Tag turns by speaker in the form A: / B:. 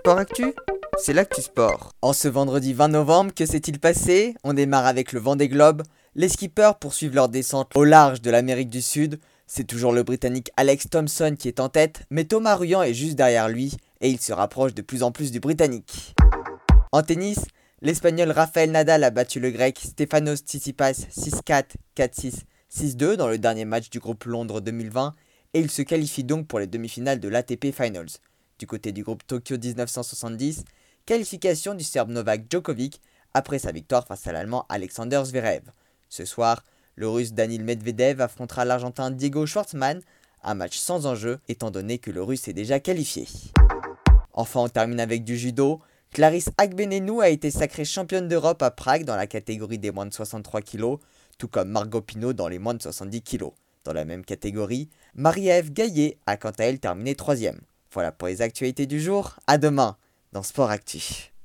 A: Sport Actu, c'est l'actu sport. En ce vendredi 20 novembre, que s'est-il passé? On démarre avec le Vendée Globe. Les skippers poursuivent leur descente au large de l'Amérique du Sud. C'est toujours le Britannique Alex Thomson qui est en tête, mais Thomas Ruyant est juste derrière lui et il se rapproche de plus en plus du Britannique. En tennis, l'Espagnol Rafael Nadal a battu le Grec Stefanos Tsitsipas 6-4, 4-6, 6-2 dans le dernier match du groupe Londres 2020 et il se qualifie donc pour les demi-finales de l'ATP Finals. Du côté du groupe Tokyo 1970, qualification du Serbe Novak Djokovic après sa victoire face à l'Allemand Alexander Zverev. Ce soir, le Russe Daniil Medvedev affrontera l'Argentin Diego Schwartzmann, un match sans enjeu étant donné que le Russe est déjà qualifié. Enfin, on termine avec du judo. Clarisse Agbenenou a été sacrée championne d'Europe à Prague dans la catégorie des moins de 63 kg, tout comme Margot Pino dans les moins de 70 kg. Dans la même catégorie, Marie-Ève Gaillet a quant à elle terminé 3ème. Voilà pour les actualités du jour, à demain dans Sport Actu.